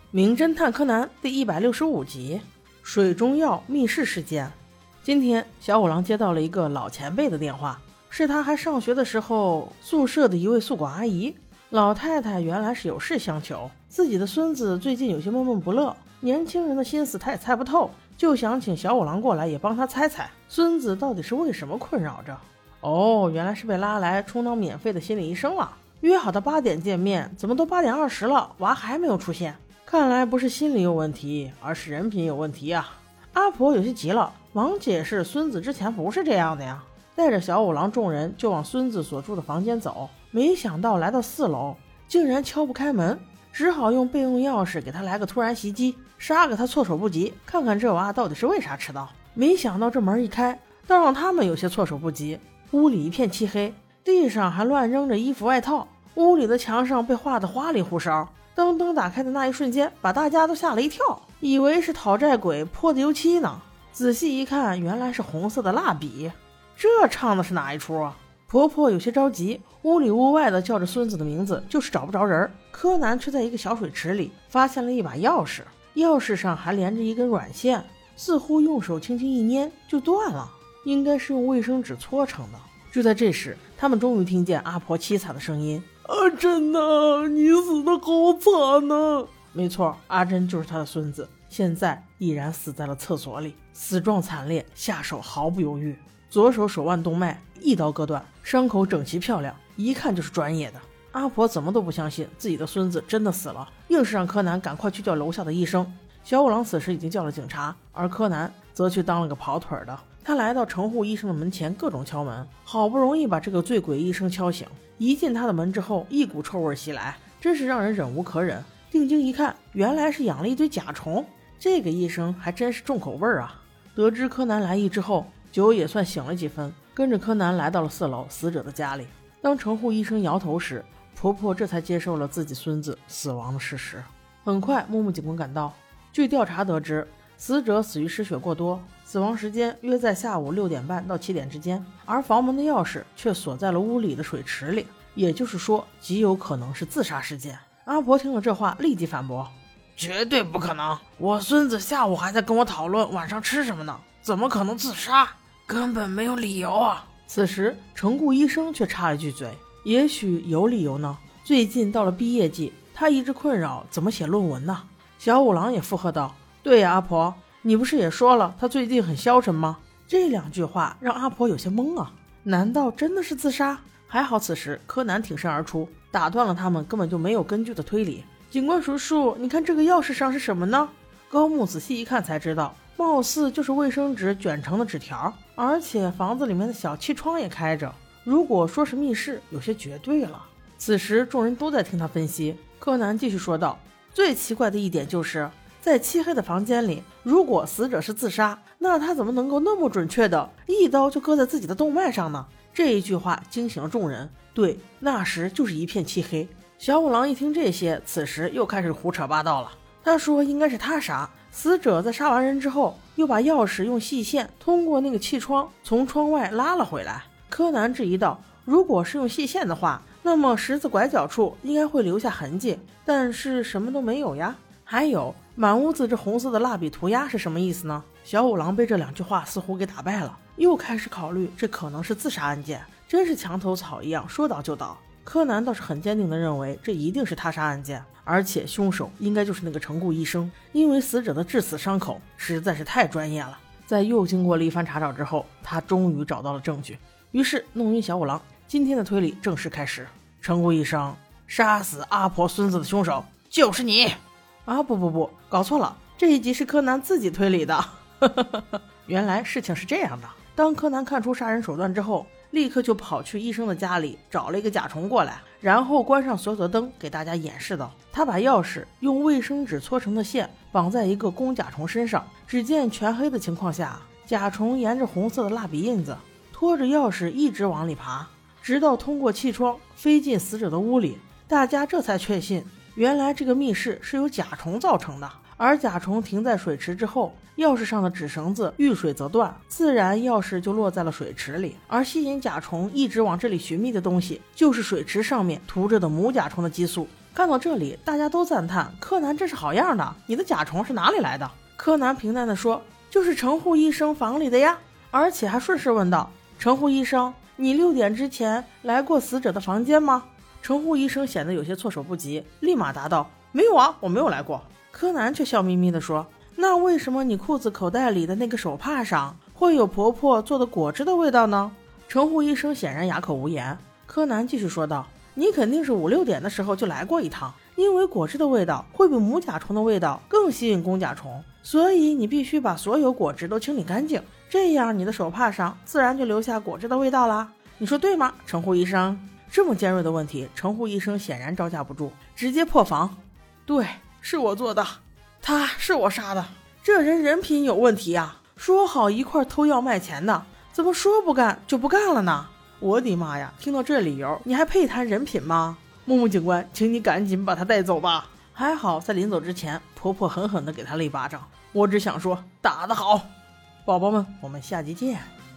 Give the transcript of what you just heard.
名侦探柯南第165集，水中药密室事件。今天小五郎接到了一个老前辈的电话，是他还上学的时候宿舍的一位宿管阿姨。老太太原来是有事相求，自己的孙子最近有些闷闷不乐，年轻人的心思他也猜不透，就想请小五郎过来也帮他猜猜孙子到底是为什么困扰着。原来是被拉来充当免费的心理医生了。约好的8点见面，怎么都8点20了，娃还没有出现？看来不是心理有问题，而是人品有问题啊。阿婆有些急了，忙解释孙子之前不是这样的呀，带着小五郎众人就往孙子所住的房间走。没想到来到4楼，竟然敲不开门，只好用备用钥匙给他来个突然袭击，杀个他措手不及，看看这娃到底是为啥迟到。没想到这门一开，倒让他们有些措手不及。屋里一片漆黑，地上还乱扔着衣服外套，屋里的墙上被画得花里胡哨。当灯打开的那一瞬间，把大家都吓了一跳，以为是讨债鬼泼的油漆呢。仔细一看，原来是红色的蜡笔。这唱的是哪一出啊？婆婆有些着急，屋里屋外的叫着孙子的名字，就是找不着人。柯南却在一个小水池里发现了一把钥匙，钥匙上还连着一根软线，似乎用手轻轻一捏就断了，应该是用卫生纸搓成的。就在这时，他们终于听见阿婆凄惨的声音：阿珍呐，你死得好惨呐！没错，阿珍就是他的孙子，现在已然死在了厕所里，死状惨烈，下手毫不犹豫，左手手腕动脉一刀割断，伤口整齐漂亮，一看就是专业的。阿婆怎么都不相信自己的孙子真的死了，硬是让柯南赶快去叫楼下的医生。小五郎此时已经叫了警察，而柯南则去当了个跑腿的。他来到城户医生的门前，各种敲门，好不容易把这个醉鬼医生敲醒。一进他的门之后，一股臭味袭来，真是让人忍无可忍。定睛一看，原来是养了一堆甲虫。这个医生还真是重口味啊。得知柯南来意之后，酒也算醒了几分，跟着柯南来到了4楼死者的家里。当城户医生摇头时，婆婆这才接受了自己孙子死亡的事实。很快木木警官赶到，据调查得知，死者死于失血过多，死亡时间约在下午6点半到7点之间，而房门的钥匙却锁在了屋里的水池里，也就是说极有可能是自杀事件。阿婆听了这话立即反驳：绝对不可能，我孙子下午还在跟我讨论晚上吃什么呢，怎么可能自杀？根本没有理由啊！此时城顾医生却插了句嘴：也许有理由呢，最近到了毕业季，他一直困扰怎么写论文呢。小五郎也附和道：对呀，阿婆，你不是也说了他最近很消沉吗？这2句话让阿婆有些懵啊，难道真的是自杀？还好此时柯南挺身而出，打断了他们根本就没有根据的推理。警官叔叔，你看这个钥匙上是什么呢？高木仔细一看才知道，貌似就是卫生纸卷成的纸条，而且房子里面的小气窗也开着。如果说是密室，有些绝对了。此时众人都在听他分析，柯南继续说道：最奇怪的一点就是在漆黑的房间里，如果死者是自杀，那他怎么能够那么准确的一刀就割在自己的动脉上呢？这一句话惊醒了众人。对，那时就是一片漆黑。小五郎一听这些，此时又开始胡扯八道了。他说应该是他杀，死者在杀完人之后，又把钥匙用细线通过那个气窗从窗外拉了回来。柯南质疑道：如果是用细线的话，那么十字拐角处应该会留下痕迹，但是什么都没有呀。还有满屋子这红色的蜡笔涂鸦是什么意思呢？小五郎被这2句话似乎给打败了，又开始考虑这可能是自杀案件，真是墙头草一样说倒就倒。柯南倒是很坚定地认为这一定是他杀案件，而且凶手应该就是那个城顾医生，因为死者的致死伤口实在是太专业了。在又经过了一番查找之后，他终于找到了证据，于是弄晕小五郎。今天的推理正式开始。城顾医生，杀死阿婆孙子的凶手就是你啊！不，搞错了，这一集是柯南自己推理的。原来事情是这样的，当柯南看出杀人手段之后，立刻就跑去医生的家里找了一个甲虫过来，然后关上所有的灯，给大家演示道：他把钥匙用卫生纸搓成的线绑在一个公甲虫身上，只见全黑的情况下，甲虫沿着红色的蜡笔印子拖着钥匙一直往里爬，直到通过气窗飞进死者的屋里。大家这才确信，原来这个密室是由甲虫造成的。而甲虫停在水池之后，钥匙上的纸绳子遇水则断，自然钥匙就落在了水池里。而吸引甲虫一直往这里寻觅的东西，就是水池上面涂着的母甲虫的激素。 看到这里，大家都赞叹柯南真是好样的，你的甲虫是哪里来的？柯南平淡地说，就是程护医生房里的呀，而且还顺势问道，程护医生，你6点之前来过死者的房间吗？程护医生显得有些措手不及，立马答道，没有啊，我没有来过。柯南却笑眯眯地说，那为什么你裤子口袋里的那个手帕上会有婆婆做的果汁的味道呢？程护医生显然哑口无言。柯南继续说道，你肯定是5、6点的时候就来过一趟，因为果汁的味道会比母甲虫的味道更吸引公甲虫，所以你必须把所有果汁都清理干净，这样你的手帕上自然就留下果汁的味道啦。你说对吗，程护医生？这么尖锐的问题，程护医生显然招架不住，直接破防。对，是我做的，他是我杀的，这人人品有问题啊！说好一块偷药卖钱的，怎么说不干就不干了呢？我的妈呀，听到这理由，你还配谈人品吗？木木警官，请你赶紧把他带走吧。还好在临走之前，婆婆狠狠地给他了一巴掌。我只想说，打得好！宝宝们，我们下集见。